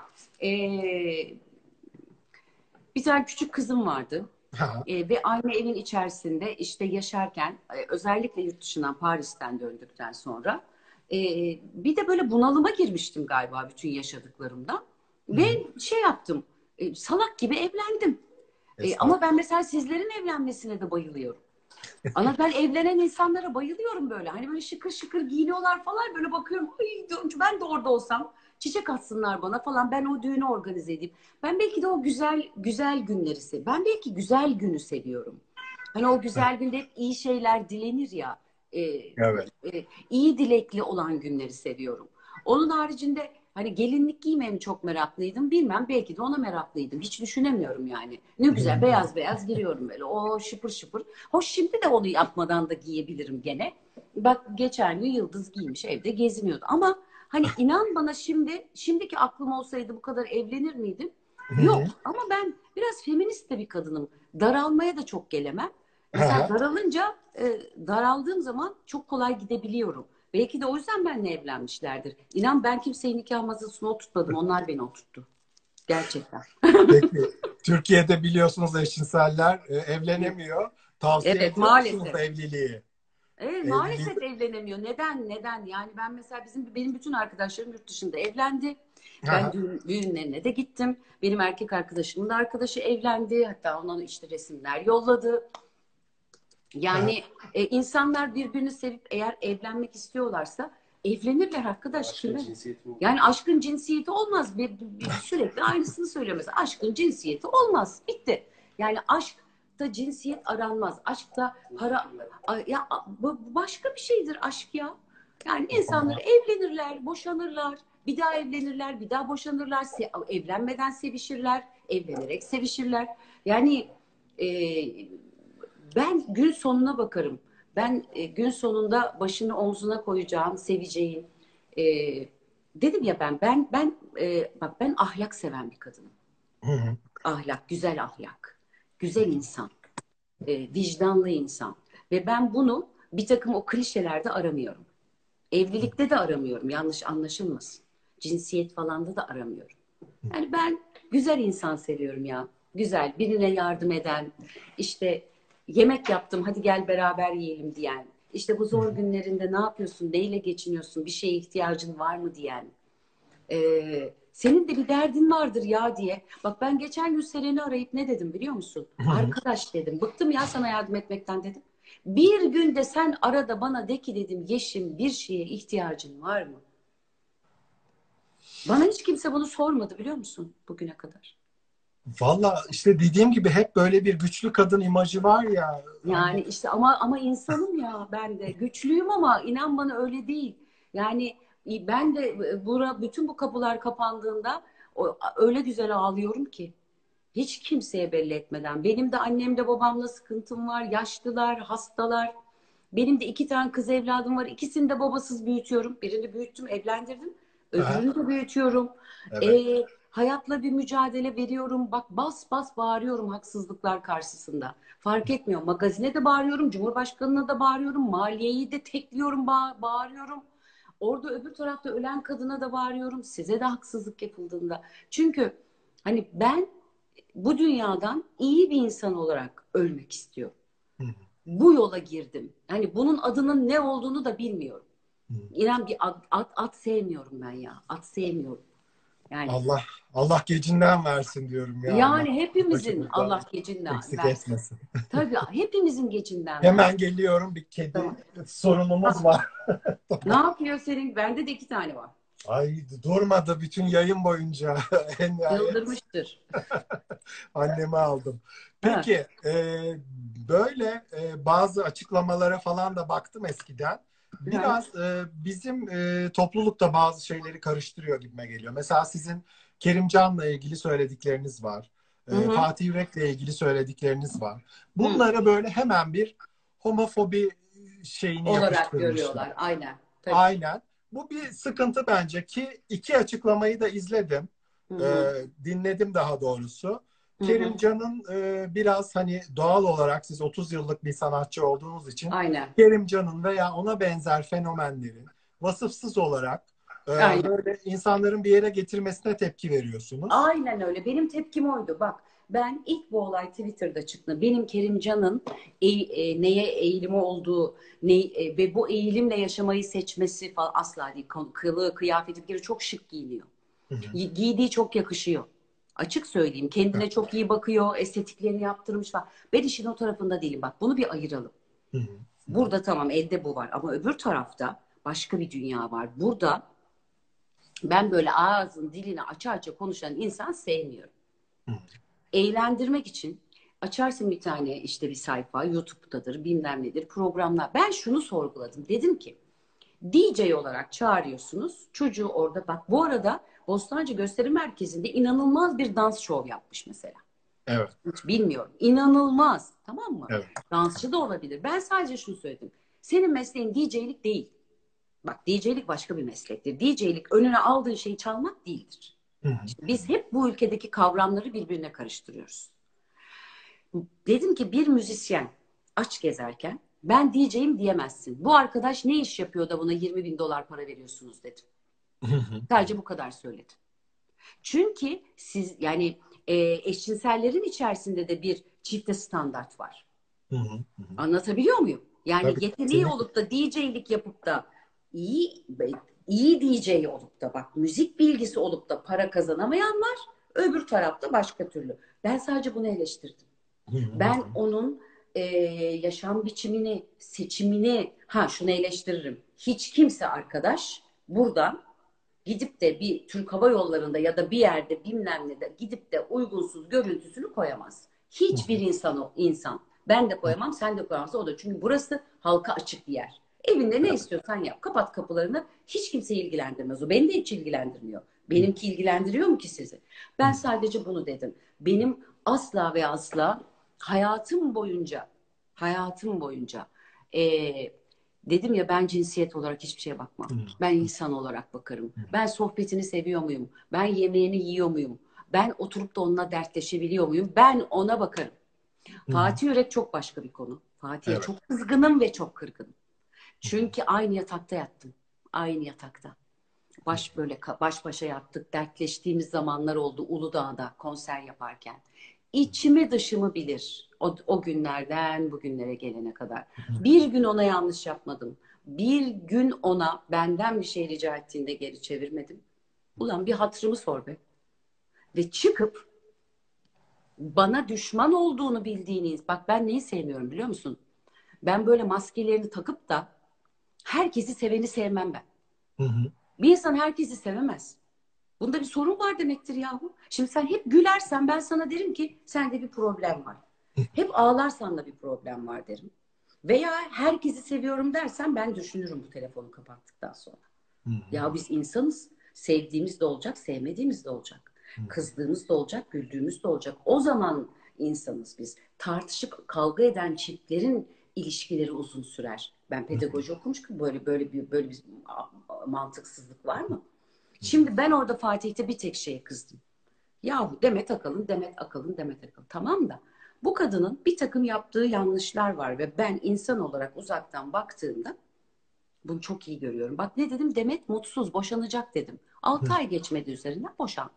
Bir tane küçük kızım vardı. Aha. Ve aynı evin içerisinde işte yaşarken özellikle yurt dışından Paris'ten döndükten sonra e, bir de böyle bunalıma girmiştim galiba bütün yaşadıklarımdan. Hı hı. Ve şey yaptım, salak gibi evlendim. Ama ben Estağfurullah. mesela sizlerin evlenmesine de bayılıyorum. Ana ben evlenen insanlara bayılıyorum böyle. Hani böyle şıkır şıkır giyiniyorlar falan, böyle bakıyorum. Ay diyorum ki ben de orada olsam çiçek atsınlar bana falan. Ben o düğünü organize edeyim. Ben belki de o güzel güzel günleri seviyorum. Ben belki güzel günü seviyorum. Hani o güzel günde hep iyi şeyler dilenir ya. E, Evet. iyi dilekli olan günleri seviyorum. Onun haricinde hani gelinlik giymeye mi çok meraklıydım bilmem. Belki de ona meraklıydım. Hiç düşünemiyorum yani. Ne Hı güzel hı. beyaz beyaz giriyorum böyle. O şıpır şıpır. Hoş şimdi de onu yapmadan da giyebilirim gene. Bak geçen gün Yıldız giymiş evde geziniyordu. Ama hani inan bana şimdiki aklım olsaydı bu kadar evlenir miydim? Hı hı. Yok. Ama ben biraz feminist de bir kadınım. Daralmaya da çok gelemem. Mesela Aha. daralınca, daraldığım zaman çok kolay gidebiliyorum. Belki de o yüzden benimle evlenmişlerdir. İnan ben kimseyi nikah masasına oturtmadım. Onlar beni oturttu. Gerçekten. Peki Türkiye'de biliyorsunuz eşcinseller evlenemiyor. Tavsiye Evet ediyor musunuz maalesef. evliliği? Evet Evliliği. maalesef evlenemiyor. Neden? Neden? Yani ben mesela benim bütün arkadaşlarım yurt dışında evlendi. Ben Aha. düğünlerine de gittim. Benim erkek arkadaşımın da arkadaşı evlendi. Hatta ona işte resimler yolladı. Aha. Yani insanlar birbirini sevip eğer evlenmek istiyorlarsa evlenirler arkadaş. Kime? Yani aşkın cinsiyeti olmaz. Sürekli aynısını söylüyor mesela. Aşkın cinsiyeti olmaz. Bitti. Yani aşkta cinsiyet aranmaz. Aşkta para ya bu başka bir şeydir aşk ya. Yani insanlar evlenirler, boşanırlar, bir daha evlenirler, bir daha boşanırlar, evlenmeden sevişirler, evlenerek sevişirler. Yani e, ben gün sonuna bakarım. Ben gün sonunda başını omzuna koyacağın, seveceğin. E, dedim ya bak ben ahlak seven bir kadınım. Hı hı. Ahlak, güzel ahlak, güzel insan, vicdanlı insan. Ve ben bunu bir takım o klişelerde aramıyorum. Evlilikte de aramıyorum. Yanlış anlaşılmasın. Cinsiyet falan da aramıyorum. Yani ben güzel insan seviyorum ya. Güzel, birine yardım eden, işte yemek yaptım, hadi gel beraber yiyelim diyen, işte bu zor günlerinde ne yapıyorsun, neyle geçiniyorsun, bir şeye ihtiyacın var mı diyen, senin de bir derdin vardır ya diye. Bak ben geçen gün Seren'i arayıp ne dedim biliyor musun? Hı hı. Arkadaş dedim, bıktım ya sana yardım etmekten dedim. Bir günde sen arada bana de ki dedim, Yeşim bir şeye ihtiyacın var mı? Bana hiç kimse bunu sormadı biliyor musun bugüne kadar? Valla işte dediğim gibi hep böyle bir güçlü kadın imajı var ya, Yani hani işte ama insanım ya, ben de güçlüyüm ama inan bana öyle değil. Yani ben de bütün bu kapılar kapandığında öyle güzel ağlıyorum ki hiç kimseye belli etmeden. Benim de annemde babamla sıkıntım var, yaşlılar, hastalar. Benim de 2 tane kız evladım var. İkisini de babasız büyütüyorum. Birini büyüttüm, evlendirdim. Aha, Öbürünü de büyütüyorum. evet. Hayatla bir mücadele veriyorum. Bak bas bas bağırıyorum haksızlıklar karşısında. Fark etmiyor. Magazine de bağırıyorum, Cumhurbaşkanına da bağırıyorum, maliyeyi de tekliyorum, bağırıyorum. Orada öbür tarafta ölen kadına da bağırıyorum. Size de haksızlık yapıldığında. Çünkü hani ben bu dünyadan iyi bir insan olarak ölmek istiyorum. Hı hı, Bu yola girdim. Hani bunun adının ne olduğunu da bilmiyorum. hı. İnan bir at sevmiyorum ben ya. At sevmiyorum. Yani Allah Allah gecinden versin diyorum ya, Allah yani hepimizin Allah başımızdan gecinden eksik versin. etmesin. Tabii hepimizin gecinden Hemen versin. geliyorum, bir kedi Tamam. sorunumuz Ha, var. ne yapıyor senin? Bende de 2 tane var. Ay, durmadı bütün yayın boyunca. En nihayet Çıldırmıştır. annemi aldım. Ha. Peki böyle bazı açıklamalara falan da baktım eskiden. Hı hı. Biraz bizim toplulukta bazı şeyleri karıştırıyor gibime geliyor. Mesela sizin Kerimcan'la ilgili söyledikleriniz var. Hı hı. Fatih Yürek'le ilgili söyledikleriniz var. Hı. Bunlara böyle hemen bir homofobi şeyini Olarak yapıştırmışlar. görüyorlar. Aynen. Tabii. Aynen. Bu bir sıkıntı bence, ki iki açıklamayı da izledim. Hı Ee, hı. dinledim daha doğrusu. Hı hı. Kerimcan'ın biraz hani doğal olarak, siz 30 yıllık bir sanatçı olduğunuz için Aynen. Kerimcan'ın veya ona benzer fenomenlerin vasıfsız olarak Aynen. böyle insanların bir yere getirmesine tepki veriyorsunuz. Aynen öyle. Benim tepkim oydu. Bak ben ilk bu olay Twitter'da çıktı. Benim Kerimcan'ın neye eğilimi olduğu ve bu eğilimle yaşamayı seçmesi falan asla değil. Kılığı, kıyafeti bir kere çok şık giyiniyor. Hı hı. Giydiği çok yakışıyor. Açık söyleyeyim. Kendine çok iyi bakıyor. Estetiklerini yaptırmış falan. Ben işin o tarafında değilim. Bak bunu bir ayıralım. Hı hı. Burada tamam elde bu var. Ama öbür tarafta başka bir dünya var. Burada ben böyle ağzın dilini aça aça konuşan insan sevmiyorum. Hı hı. Eğlendirmek için açarsın bir tane işte bir sayfa, YouTube'dadır, bilmem nedir, programlar. Ben şunu sorguladım. Dedim ki DJ olarak çağırıyorsunuz. Çocuğu orada bak bu arada Bostancı Gösteri Merkezi'nde inanılmaz bir dans şov yapmış mesela. Evet, Hiç bilmiyorum. İnanılmaz. Tamam mı? evet. Dansçı da olabilir. Ben sadece şunu söyledim. Senin mesleğin DJ'lik değil. Bak DJ'lik başka bir meslektir. DJ'lik önüne aldığın şeyi çalmak değildir. Hı hı. İşte biz hep bu ülkedeki kavramları birbirine karıştırıyoruz. Dedim ki bir müzisyen aç gezerken ben DJ'im diyemezsin. Bu arkadaş ne iş yapıyor da buna 20 bin dolar para veriyorsunuz dedim. Hı hı. Sadece bu kadar söyledim. Çünkü siz yani eşcinsellerin içerisinde de bir çifte standart var. Hı hı. Hı hı. Anlatabiliyor muyum? Yani Tabii, yeteneği kesinlikle. olup da DJ'lik yapıp da iyi iyi DJ olup da bak müzik bilgisi olup da para kazanamayan var. Öbür tarafta başka türlü. Ben sadece bunu eleştirdim. Hı hı. Hı Ben hı. onun yaşam biçimini, seçimini, ha şunu eleştiririm. Hiç kimse arkadaş buradan gidip de bir Türk Hava Yolları'nda ya da bir yerde bilmem ne de gidip de uygunsuz görüntüsünü koyamaz. Hı Hiçbir hı. insan o insan. Ben de koyamam, sen de koyamazsın o da. Çünkü burası halka açık bir yer. Evinde ne istiyorsan yap. Kapat kapılarını. Hiç kimseyi ilgilendirmez o. Beni de hiç ilgilendirmiyor. Benimki ilgilendiriyor mu ki sizi? Hı Ben sadece bunu dedim. Benim asla ve asla hayatım boyunca e, dedim ya ben cinsiyet olarak hiçbir şeye bakmam. hı. Ben insan olarak bakarım. Ben sohbetini seviyor muyum? Ben yemeğini yiyor muyum? Ben oturup da onunla dertleşebiliyor muyum? Ben ona bakarım. Hı hı. Fatih Yürek çok başka bir konu. Fatih'e Evet. çok kızgınım ve çok kırgınım. Hı hı. Çünkü aynı yatakta yattım. Aynı yatakta. Hı Baş başa yattık. Dertleştiğimiz zamanlar oldu Uludağ'da konser yaparken. İçimi dışımı bilir. O günlerden bugünlere gelene kadar. Bir gün ona yanlış yapmadım. Bir gün ona benden bir şey rica ettiğinde geri çevirmedim. Ulan bir hatırımı sor be. Ve çıkıp bana düşman olduğunu bildiğiniz, bak ben neyi sevmiyorum biliyor musun? Ben böyle maskelerini takıp da herkesi seveni sevmem ben. hı. Hı. Bir insan herkesi sevemez. Bunda bir sorun var demektir yahu. Şimdi sen hep gülersen ben sana derim ki sende bir problem var. Hep ağlarsan da bir problem var derim. Veya herkesi seviyorum dersen ben düşünürüm bu telefonu kapattıktan sonra. Hı hı. Ya biz insanız. Sevdiğimiz de olacak, sevmediğimiz de olacak. Hı hı. Kızdığımız da olacak, güldüğümüz de olacak. O zaman insanız biz. Tartışıp kavga eden çiftlerin ilişkileri uzun sürer. Ben pedagoji okumuşum, böyle bir mantıksızlık var mı? Şimdi ben orada Fatih'te bir tek şeye kızdım. Yahu Demet Akalın, Demet Akalın, Demet Akalın. Tamam da bu kadının bir takım yaptığı yanlışlar var ve ben insan olarak uzaktan baktığımda bunu çok iyi görüyorum. Bak ne dedim? Demet mutsuz, boşanacak dedim. 6 ay geçmedi üzerinden boşandı.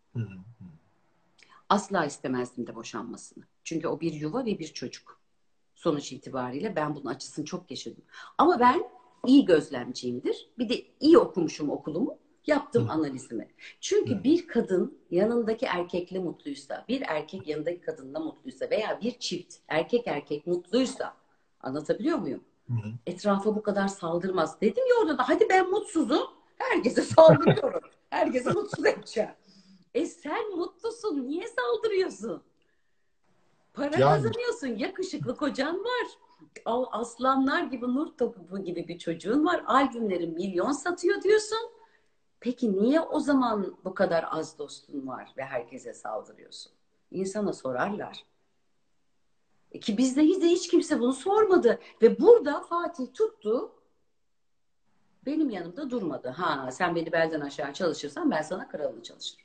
Asla istemezdim de boşanmasını. Çünkü o bir yuva ve bir çocuk. Sonuç itibariyle ben bunun acısını çok yaşadım. Ama ben iyi gözlemciyimdir. Bir de iyi okumuşum okulumu. Yaptım analizimi. Çünkü bir kadın yanındaki erkekle mutluysa, bir erkek yanındaki kadınla mutluysa veya bir çift erkek erkek mutluysa, anlatabiliyor muyum? Etrafa bu kadar saldırmaz. Dedim ya orada da, hadi ben mutsuzum. Herkese saldırıyorum. Herkese mutsuz edeceğim. Sen mutlusun. Niye saldırıyorsun? Para Yani kazanıyorsun. Yakışıklı kocan var. Aslanlar gibi, nur topu gibi bir çocuğun var. Albümlerin milyon satıyor diyorsun. Peki niye o zaman bu kadar az dostun var ve herkese saldırıyorsun? İnsana sorarlar. Ki bizde hiç kimse bunu sormadı. Ve burada Fatih tuttu, benim yanımda durmadı. Ha, sen beni belden aşağı çalışırsan ben sana kralını çalışırım.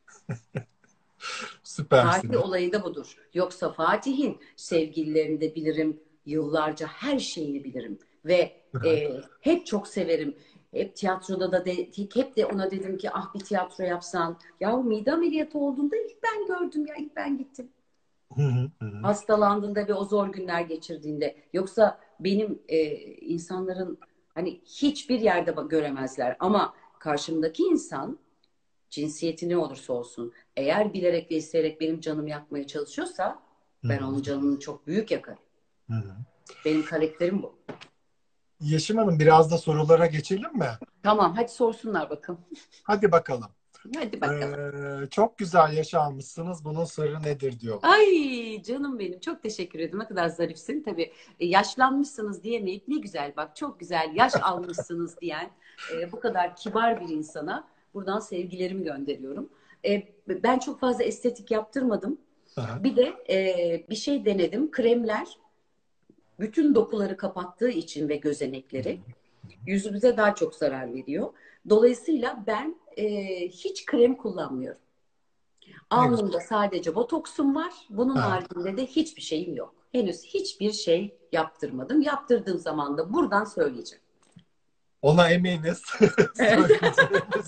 Fatih süpersiniz. olayı da budur. Yoksa Fatih'in sevgililerini de bilirim, yıllarca her şeyini bilirim. Ve hep çok severim. Hep tiyatroda da hep de ona dedim ki ah bir tiyatro yapsan. Yahu mide ameliyatı olduğunda ilk ben gördüm ya, ilk ben gittim. Hastalandığında ve o zor günler geçirdiğinde. Yoksa benim insanların hani hiçbir yerde göremezler. Ama karşımdaki insan cinsiyeti ne olursa olsun eğer bilerek ve isteyerek benim canımı yakmaya çalışıyorsa ben onun canını çok büyük yakarım. Benim karakterim bu. Yeşim Hanım, biraz da sorulara geçelim mi? Tamam, hadi sorsunlar bakalım. Hadi bakalım. Hadi bakalım. Çok güzel yaşanmışsınız. Bunun sırrı nedir diyorlar. Ay canım benim, çok teşekkür ederim. Ne kadar zarifsin. Tabii yaşlanmışsınız diyemeyip ne güzel, bak çok güzel yaş almışsınız diyen bu kadar kibar bir insana buradan sevgilerimi gönderiyorum. Ben çok fazla estetik yaptırmadım. Aha. Bir de bir şey denedim. Kremler bütün dokuları kapattığı için ve gözenekleri yüzümüze daha çok zarar veriyor. Dolayısıyla ben hiç krem kullanmıyorum. Ne güzel. Alnımda sadece botoksum var. Bunun Ha. haricinde de hiçbir şeyim yok. Henüz hiçbir şey yaptırmadım. Yaptırdığım zaman da buradan söyleyeceğim. Ona eminiz. Söyleyeceğiniz.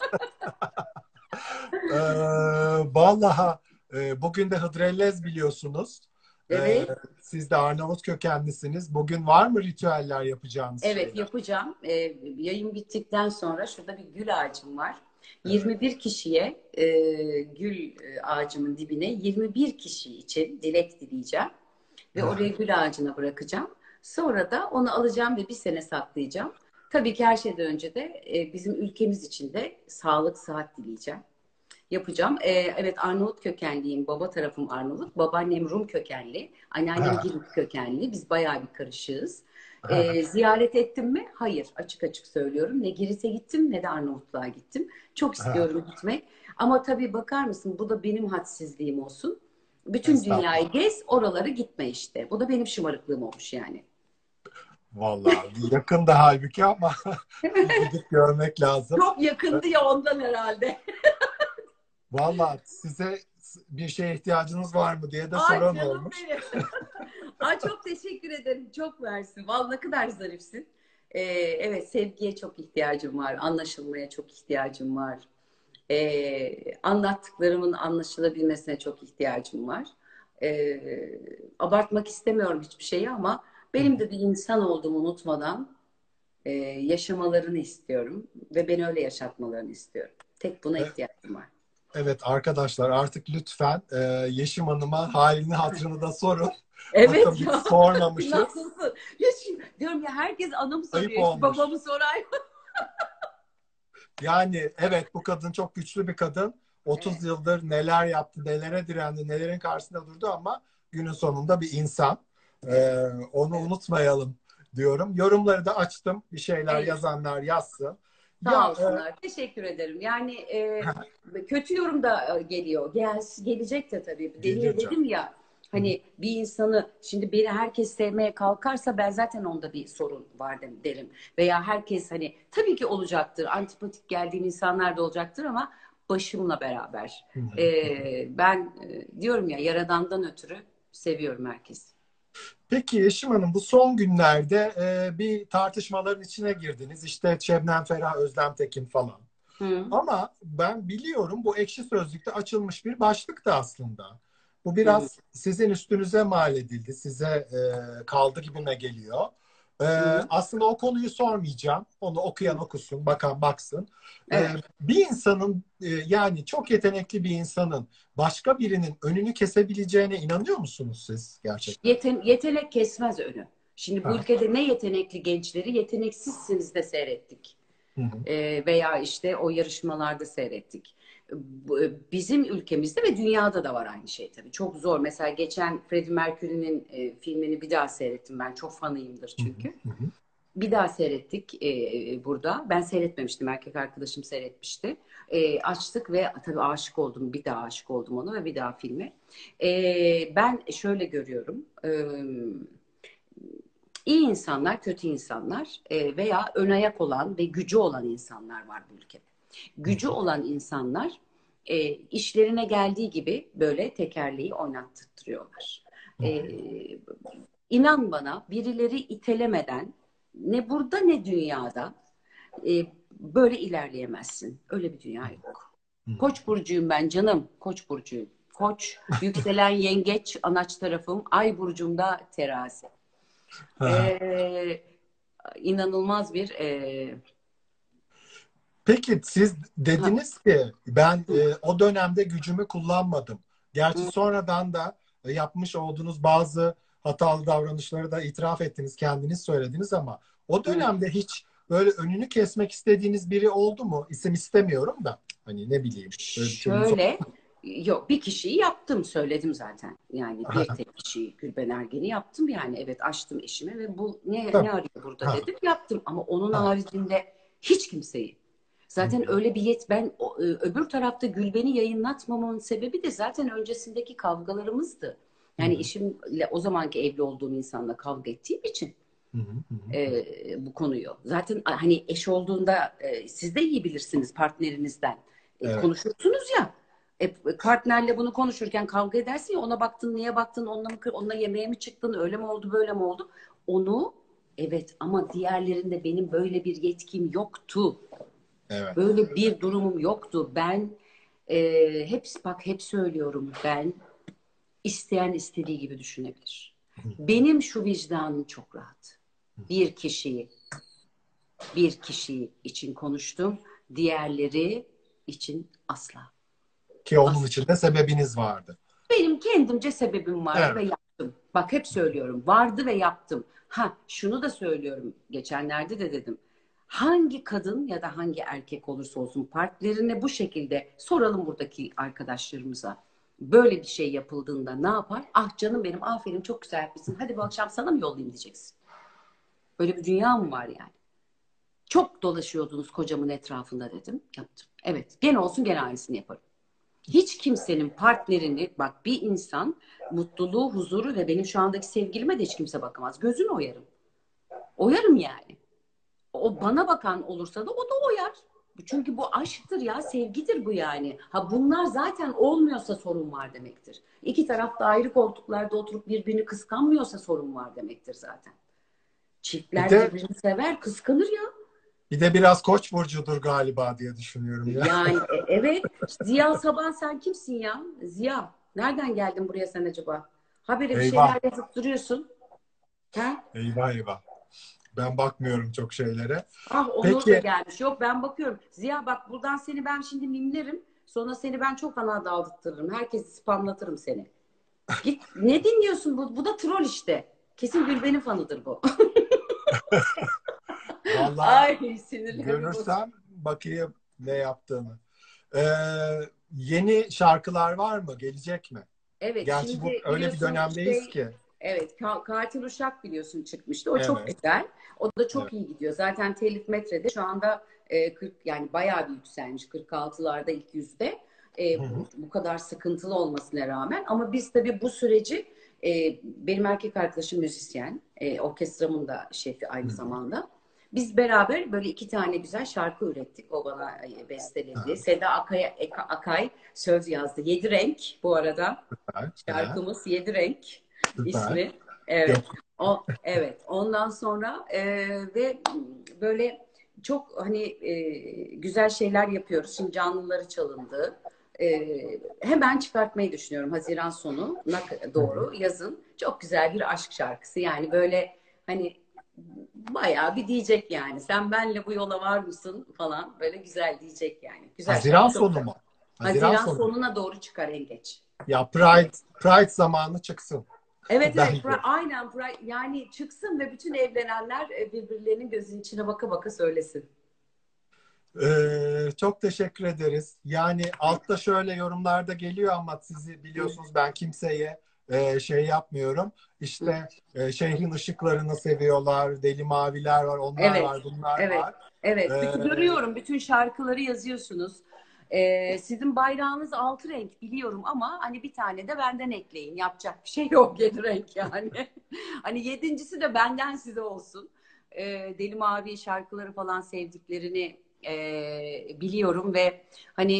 Ee, Vallahi bugün de Hıdrellez biliyorsunuz. Ee, Evet, Siz de Arnavut kökenlisiniz. Bugün var mı ritüeller yapacağınız evet şeyler? yapacağım. Yayın bittikten sonra şurada bir gül ağacım var. Evet. 21 kişiye gül ağacımın dibine 21 kişi için dilek dileyeceğim. Ve oraya Aha. gül ağacına bırakacağım. Sonra da onu alacağım ve bir sene saklayacağım. Tabii ki her şeyden önce de bizim ülkemiz için de sağlık, sıhhat dileyeceğim. Yapacağım. Evet Arnavut kökenliyim. Baba tarafım Arnavut. Babaannem Rum kökenli. Anneannem Ha. Girit kökenli. Biz bayağı bir karışığız. Ha. Ziyaret ettim mi? Hayır. Açık açık söylüyorum. Ne Girit'e gittim ne de Arnavutluğa gittim. Çok Ha. istiyorum gitmek. Ama tabii bakar mısın? Bu da benim hadsizliğim olsun. Bütün Estağfurullah. dünyayı gez, oraları gitme işte. Bu da benim şımarıklığım olmuş yani. Vallahi yakında halbuki ama bir gidip görmek lazım. Çok yakındı ya ondan herhalde. Vallahi size bir şeye ihtiyacınız var mı diye de Ay soran canım olmuş. benim. Ay çok teşekkür ederim. Çok versin. Vallahi ne kadar zarifsin. Evet sevgiye çok ihtiyacım var. Anlaşılmaya çok ihtiyacım var. Anlattıklarımın anlaşılabilmesine çok ihtiyacım var. Abartmak istemiyorum hiçbir şeyi ama benim de bir insan olduğumu unutmadan yaşamalarını istiyorum ve beni öyle yaşatmalarını istiyorum. Tek buna E- ihtiyacım var. Evet arkadaşlar, artık lütfen Yeşim Hanım'a halini hatırını da sorun. Evet Bakın biz ya. sormamışız. Nasılsın? Hiç, diyorum ya herkes anımı Ayıp soruyor. Hiç olmuş. babamı sorar. Yani evet, bu kadın çok güçlü bir kadın. 30 Evet. yıldır neler yaptı, nelere direndi, nelerin karşısında durdu ama günün sonunda bir insan. Onu unutmayalım diyorum. Yorumları da açtım. Bir şeyler Evet. yazanlar yazsın. Sağ Ya olsunlar. Teşekkür ederim. Yani kötü yorum da geliyor. Gelecek de tabii. gelir Demin canım. dedim ya Hani bir insanı şimdi beni herkes sevmeye kalkarsa ben zaten onda bir sorun var derim. Veya herkes hani tabii ki olacaktır. Antipatik geldiğin insanlar da olacaktır ama başımla beraber. Ben diyorum ya Yaradan'dan ötürü seviyorum herkesi. Peki Yeşim Hanım, bu son günlerde bir tartışmaların içine girdiniz. İşte Şebnem Ferah, Özlem Tekin falan. Hı, Ama ben biliyorum, bu Ekşi Sözlük'te açılmış bir başlıktı aslında. Bu hı, hı, biraz sizin üstünüze mal edildi. Size kaldı gibime geliyor. E, hı, Aslında o konuyu sormayacağım. Onu okuyan hı. okusun, bakan baksın. Evet. Bir insanın, yani çok yetenekli bir insanın başka birinin önünü kesebileceğine inanıyor musunuz siz gerçekten? Yetenek kesmez önü. Şimdi bu Ha. ülkede ne yetenekli gençleri yeteneksizsiniz de seyrettik. Hı hı. Veya işte o yarışmalarda seyrettik. Bizim ülkemizde ve dünyada da var aynı şey tabii. Çok zor. Mesela geçen Freddie Mercury'nin filmini bir daha seyrettim ben. Çok fanıyımdır Hı çünkü. hı. Hı. Bir daha seyrettik burada. Ben seyretmemiştim. Erkek arkadaşım seyretmişti. Açtık ve tabii aşık oldum. Bir daha aşık oldum ona ve bir daha filme. Ben şöyle görüyorum. İyi insanlar, kötü insanlar veya ön ayak olan ve gücü olan insanlar var bu ülkede. Hı Gücü hı. olan insanlar işlerine geldiği gibi böyle tekerleği oynattırıyorlar. Hı E, inan bana birileri itelemeden ne burada ne dünyada böyle ilerleyemezsin. Öyle bir dünya yok. hı. Koç burcuyum ben canım. Koç burcuyum. Koç, yükselen yengeç, anaç tarafım. Ay burcumda terazi. Hı. Ee, inanılmaz bir Peki siz ha, dediniz ki ben hı, o dönemde gücümü kullanmadım. Gerçi hı, sonradan da yapmış olduğunuz bazı hatalı davranışları da itiraf ettiniz, kendiniz söylediniz, ama o hı. dönemde hiç böyle önünü kesmek istediğiniz biri oldu mu? İsim istemiyorum da hani ne bileyim, böyle bir şeyiniz oldu Şöyle yok bir kişiyi yaptım söyledim zaten. Yani bir mu? tek kişiyi Gülben Ergen'i yaptım yani evet açtım eşime ve bu ne Tamam. arıyor burada Ha, dedim yaptım ama onun ha. haricinde hiç kimseyi. Hı hı. Zaten öyle bir ben öbür tarafta Gülben'i yayınlatmamamın sebebi de zaten öncesindeki kavgalarımızdı. Hı Yani hı. işimle o zamanki evli olduğum insanla kavga ettiğim için Hı hı. Hı hı. bu konuyu. Zaten hani eş olduğunda siz de iyi bilirsiniz partnerinizden. Evet. Konuşursunuz ya. Partnerle bunu konuşurken kavga edersin ya ona baktın niye baktın onunla yemeğe mi çıktın öyle mi oldu böyle mi oldu? Onu evet ama diğerlerinde benim böyle bir yetkim yoktu. Evet. Böyle bir durumum yoktu. Ben hep söylüyorum ben isteyen istediği gibi düşünebilir. Hı Benim şu vicdanım çok rahat. Bir kişiyi bir kişi için konuştum. Diğerleri için asla. Ki onun Asla. için de sebebiniz vardı. Benim kendimce sebebim vardı ve Evet. yaptım. Bak hep söylüyorum. Vardı ve yaptım. Ha şunu da söylüyorum. Geçenlerde de dedim. Hangi kadın ya da hangi erkek olursa olsun partnerine bu şekilde soralım buradaki arkadaşlarımıza. Böyle bir şey yapıldığında ne yapar? Ah canım benim aferin çok güzel yapmışsın. Hadi bu akşam sana mı yollayayım diyeceksin. Böyle bir dünya mı var yani? Çok dolaşıyordunuz kocamın etrafında dedim. Yaptım. Evet. Gene olsun gene aynısını yaparım. Hiç kimsenin partnerini bak bir insan mutluluğu, huzuru ve benim şu andaki sevgilime de hiç kimse bakamaz. Gözünü oyarım. Oyarım yani. O bana bakan olursa da o da oyar. Çünkü bu aşktır ya, sevgidir bu yani. Ha bunlar zaten olmuyorsa sorun var demektir. İki tarafta ayrı koltuklarda oturup birbirini kıskanmıyorsa sorun var demektir zaten. Bir Çiftler de birbirini sever, kıskanır ya. bir de biraz Koç burcudur galiba diye düşünüyorum ya. Yani evet. Ziya Saban sen kimsin ya? Ziya. Nereden geldin buraya sen acaba? Habire bir Eyvah, şeyler yazıp duruyorsun. Ha? eyvah, eyvah. Ben bakmıyorum çok şeylere. Ah Onur da Peki, gelmiş. Yok ben bakıyorum. Ziya bak buradan seni ben şimdi mimlerim. Sonra seni ben çok fena daldırtırım. Herkesi spamlatırım seni. Git ne dinliyorsun? Bu da troll işte. Kesin Gülben'in fanıdır bu. valla Ay sinirlerimi bozuyor. görürsem bakayım ne yaptığını. Ee, Yeni şarkılar var mı? Gelecek mi? Evet Gerçi bu şimdi öyle bir biliyorsun dönemdeyiz ki. evet Katil Uşak biliyorsun çıkmıştı. O çok Evet, güzel. O da evet. çok iyi gidiyor. Zaten telif metrede şu anda 40 yani bayağı bir yükselmiş. 46'larda ilk yüzde. Hı hı. Bu kadar sıkıntılı olmasına rağmen ama biz tabii bu süreci Benim erkek arkadaşım müzisyen. Orkestramın da şefi aynı zamanda. Biz beraber böyle 2 tane güzel şarkı ürettik. O bana besteledi. Seda Akay söz yazdı. 7 renk bu arada. Süper. Şarkımız 7 renk Süper. ismi. Evet. Yok. Evet. Ondan sonra ve böyle çok hani güzel şeyler yapıyoruz. Şimdi canlıları çalındı. Hemen çıkartmayı düşünüyorum Haziran sonuna doğru yazın. Çok güzel bir aşk şarkısı. Yani böyle hani bayağı bir diyecek yani. Sen benle bu yola var mısın falan. Böyle güzel diyecek yani. Güzel Haziran şarkı. sonu mu? Haziran Haziran sonu. sonuna doğru çıkar en geç. Ya Pride zamanı çıksın. Evet evet Bence. aynen yani çıksın ve bütün evlenenler birbirlerinin gözünün içine baka baka söylesin. Çok teşekkür ederiz. Yani altta şöyle yorumlarda geliyor ama sizi Hı, biliyorsunuz ben kimseye şey yapmıyorum. hı. İşte şehrin ışıklarını seviyorlar, deli maviler var, onlar Evet, var, bunlar evet, var. evet. Ee, Bütün görüyorum, bütün şarkıları yazıyorsunuz. Sizin bayrağınız 6 renk biliyorum ama hani bir tane de benden ekleyin. Yapacak bir şey yok 7 renk yani. Hani yedincisi de benden size olsun. Deli Mavi şarkıları falan sevdiklerini biliyorum ve hani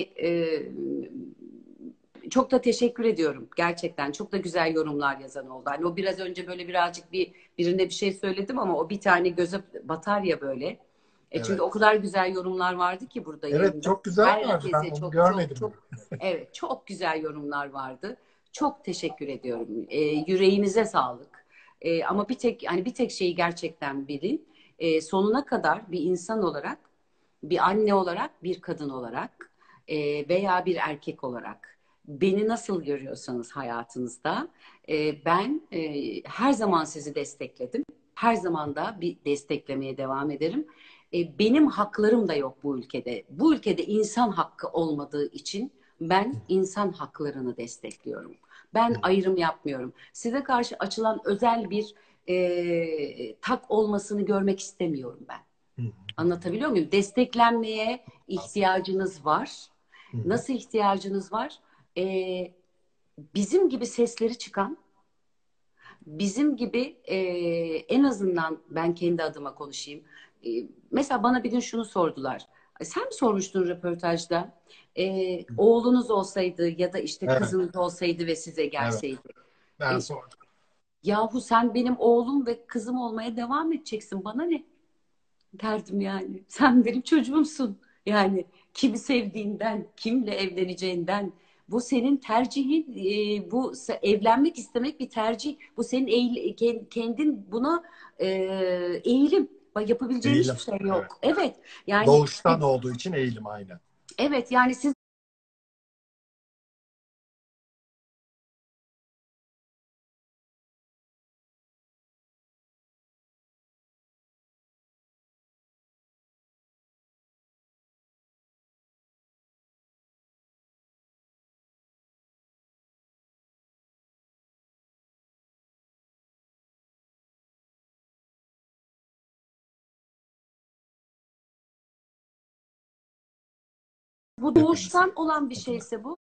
çok da teşekkür ediyorum. Gerçekten çok da güzel yorumlar yazan oldu. Hani o biraz önce böyle birazcık birine bir şey söyledim ama o bir tane göze batar ya böyle. Çünkü evet. o kadar güzel yorumlar vardı ki burada Evet, yayında. çok güzel vardı. Ben Herkese onu çok çok görmedim. çok evet çok güzel yorumlar vardı. Çok teşekkür ediyorum. Yüreğinize sağlık. Ama bir tek şeyi gerçekten bilin. Sonuna kadar bir insan olarak, bir anne olarak, bir kadın olarak veya bir erkek olarak beni nasıl görüyorsanız hayatınızda ben her zaman sizi destekledim. Her zaman da bir desteklemeye devam ederim. Benim haklarım da yok bu ülkede. Bu ülkede insan hakkı olmadığı için ben insan haklarını destekliyorum. Ben ayrım yapmıyorum. Size karşı açılan özel bir tak olmasını görmek istemiyorum ben. Anlatabiliyor muyum? Desteklenmeye ihtiyacınız var. Nasıl ihtiyacınız var? Bizim gibi sesleri çıkan, bizim gibi en azından ben kendi adıma konuşayım. Mesela bana bir gün şunu sordular. Sen mi sormuştun röportajda? Oğlunuz olsaydı ya da işte Evet, kızınız olsaydı ve size evet. gelseydi. Ben E, sordum. Yahu sen benim oğlum ve kızım olmaya devam edeceksin. Bana ne? Derdim yani. Sen benim çocuğumsun. Yani kimi sevdiğinden, kimle evleneceğinden. Bu senin tercihin. Bu evlenmek istemek bir tercih. Bu senin kendin buna e, eğilim. Bak, yapabileceğin Eğilim. hiçbir şey Evet. yok. Evet. Yani Doğuştan olduğu için eğilim aynen. evet yani siz bu Hepimizin. doğuştan olan bir şeyse bu.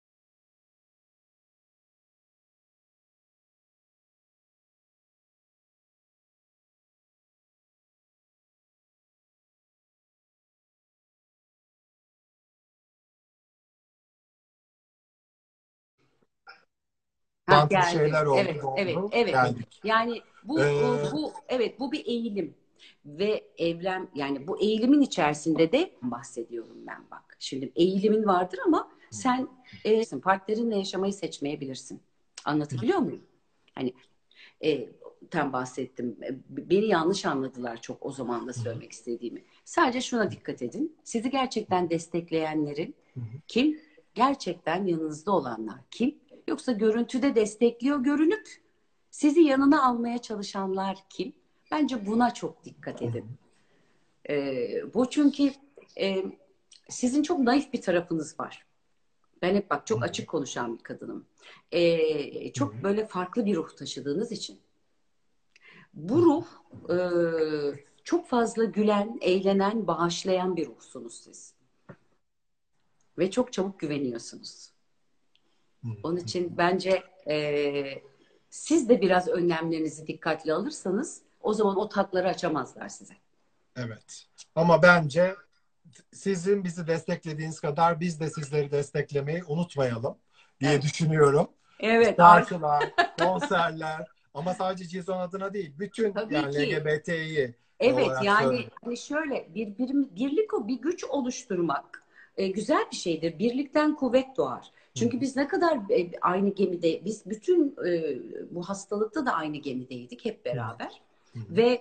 Ha, Bağlantılı geldi. şeyler oldu, Evet, evet, doğru. evet. Geldik. Yani Ee, bu bir eğilim ve yani bu eğilimin içerisinde de bahsediyorum ben bak. Şimdi eğilimin vardır ama sen partnerinle yaşamayı seçmeyebilirsin. Anlatabiliyor muyum? Hani e, tam bahsettim. Beni yanlış anladılar çok o zaman da söylemek istediğimi. Sadece şuna dikkat edin. Sizi gerçekten destekleyenlerin kim? Gerçekten yanınızda olanlar kim? Yoksa görüntüde destekliyor görünüp sizi yanına almaya çalışanlar kim? Bence buna çok dikkat edin. Bu çünkü e, sizin çok naif bir tarafınız var. Ben hep bak çok açık konuşan bir kadınım. Çok böyle farklı bir ruh taşıdığınız için. Bu ruh e, çok fazla gülen, eğlenen, bağışlayan bir ruhsunuz siz. Ve çok çabuk güveniyorsunuz. Onun için bence siz de biraz önlemlerinizi dikkatli alırsanız o zaman o tatları açamazlar size. Evet. Ama bence sizin bizi desteklediğiniz kadar biz de sizleri desteklemeyi unutmayalım diye Evet. düşünüyorum. Evet, Şarkılar, konserler ama sadece Cizon adına değil, bütün tabii yani ki. LGBT'yi Evet, olarak yani söylüyorum. hani şöyle birlik, o bir güç oluşturmak güzel bir şeydir. Birlikten kuvvet doğar. Hı hı, Çünkü biz ne kadar aynı gemide, biz bütün bu hastalıkta da aynı gemideydik hep hı beraber. hı, Ve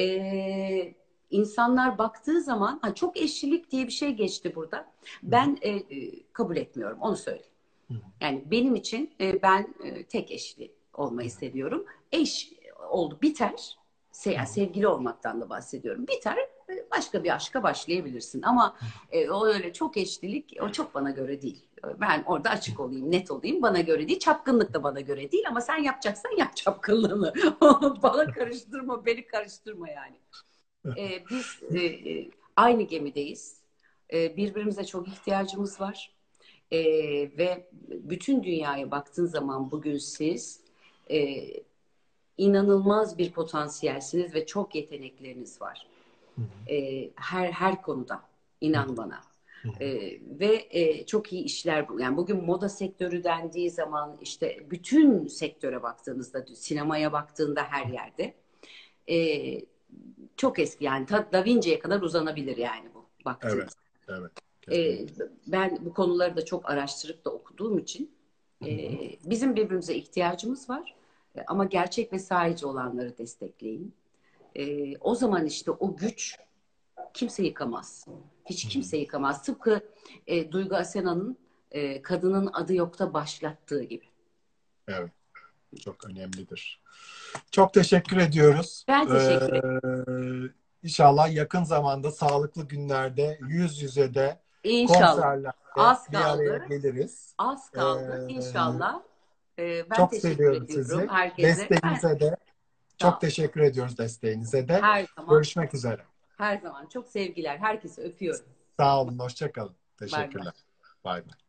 insanlar baktığı zaman ha, çok eşlilik diye bir şey geçti burada. hı hı, Ben kabul etmiyorum, onu söyleyeyim. hı hı. Yani benim için ben tek eşli olmayı seviyorum. Eş oldu biter. Yani sevgili olmaktan da bahsediyorum. Biter, başka bir aşka başlayabilirsin. Ama o öyle çok eşlilik, o çok bana göre değil. Ben orada açık olayım, net olayım. Bana göre değil. Çapkınlık da bana göre değil. Ama sen yapacaksan yap çapkınlığını. Bana karıştırma, beni karıştırma yani. Biz aynı gemideyiz. Birbirimize çok ihtiyacımız var. Ve bütün dünyaya baktığın zaman bugün siz e, inanılmaz bir potansiyelsiniz ve çok yetenekleriniz var. Hı hı, Her konuda hı inan bana. hı, Ve çok iyi işler bu. Yani bugün moda sektörü dendiği zaman işte bütün sektöre baktığınızda, sinemaya baktığında her yerde e, çok eski yani Da Vinci'ye kadar uzanabilir yani bu evet, baktığınız. evet, E, kesinlikle. Ben bu konuları da çok araştırıp da okuduğum için Hı hı, bizim birbirimize ihtiyacımız var. Ama gerçek ve sahici olanları destekleyin. O zaman işte o güç kimse yıkamaz. Hiç hı hı. kimse yıkamaz. Tıpkı Duygu Asena'nın kadının adı yokta başlattığı gibi. Evet, çok önemlidir. Çok teşekkür ediyoruz. Ben teşekkür ederim. İnşallah yakın zamanda sağlıklı günlerde yüz yüze de İnşallah. konserlerde Az bir araya kaldı. geliriz. Az Ee, kaldı. İnşallah. Ben çok teşekkür seviyorum ediyorum sizi. herkese. Desteğinize de Sağ çok ol. teşekkür ediyoruz desteğinize de. Her zaman. Görüşmek üzere. Her zaman. Çok sevgiler. Herkese öpüyorum. Sağ olun, hoşça kalın. Bay bay. Teşekkürler. Bay bay.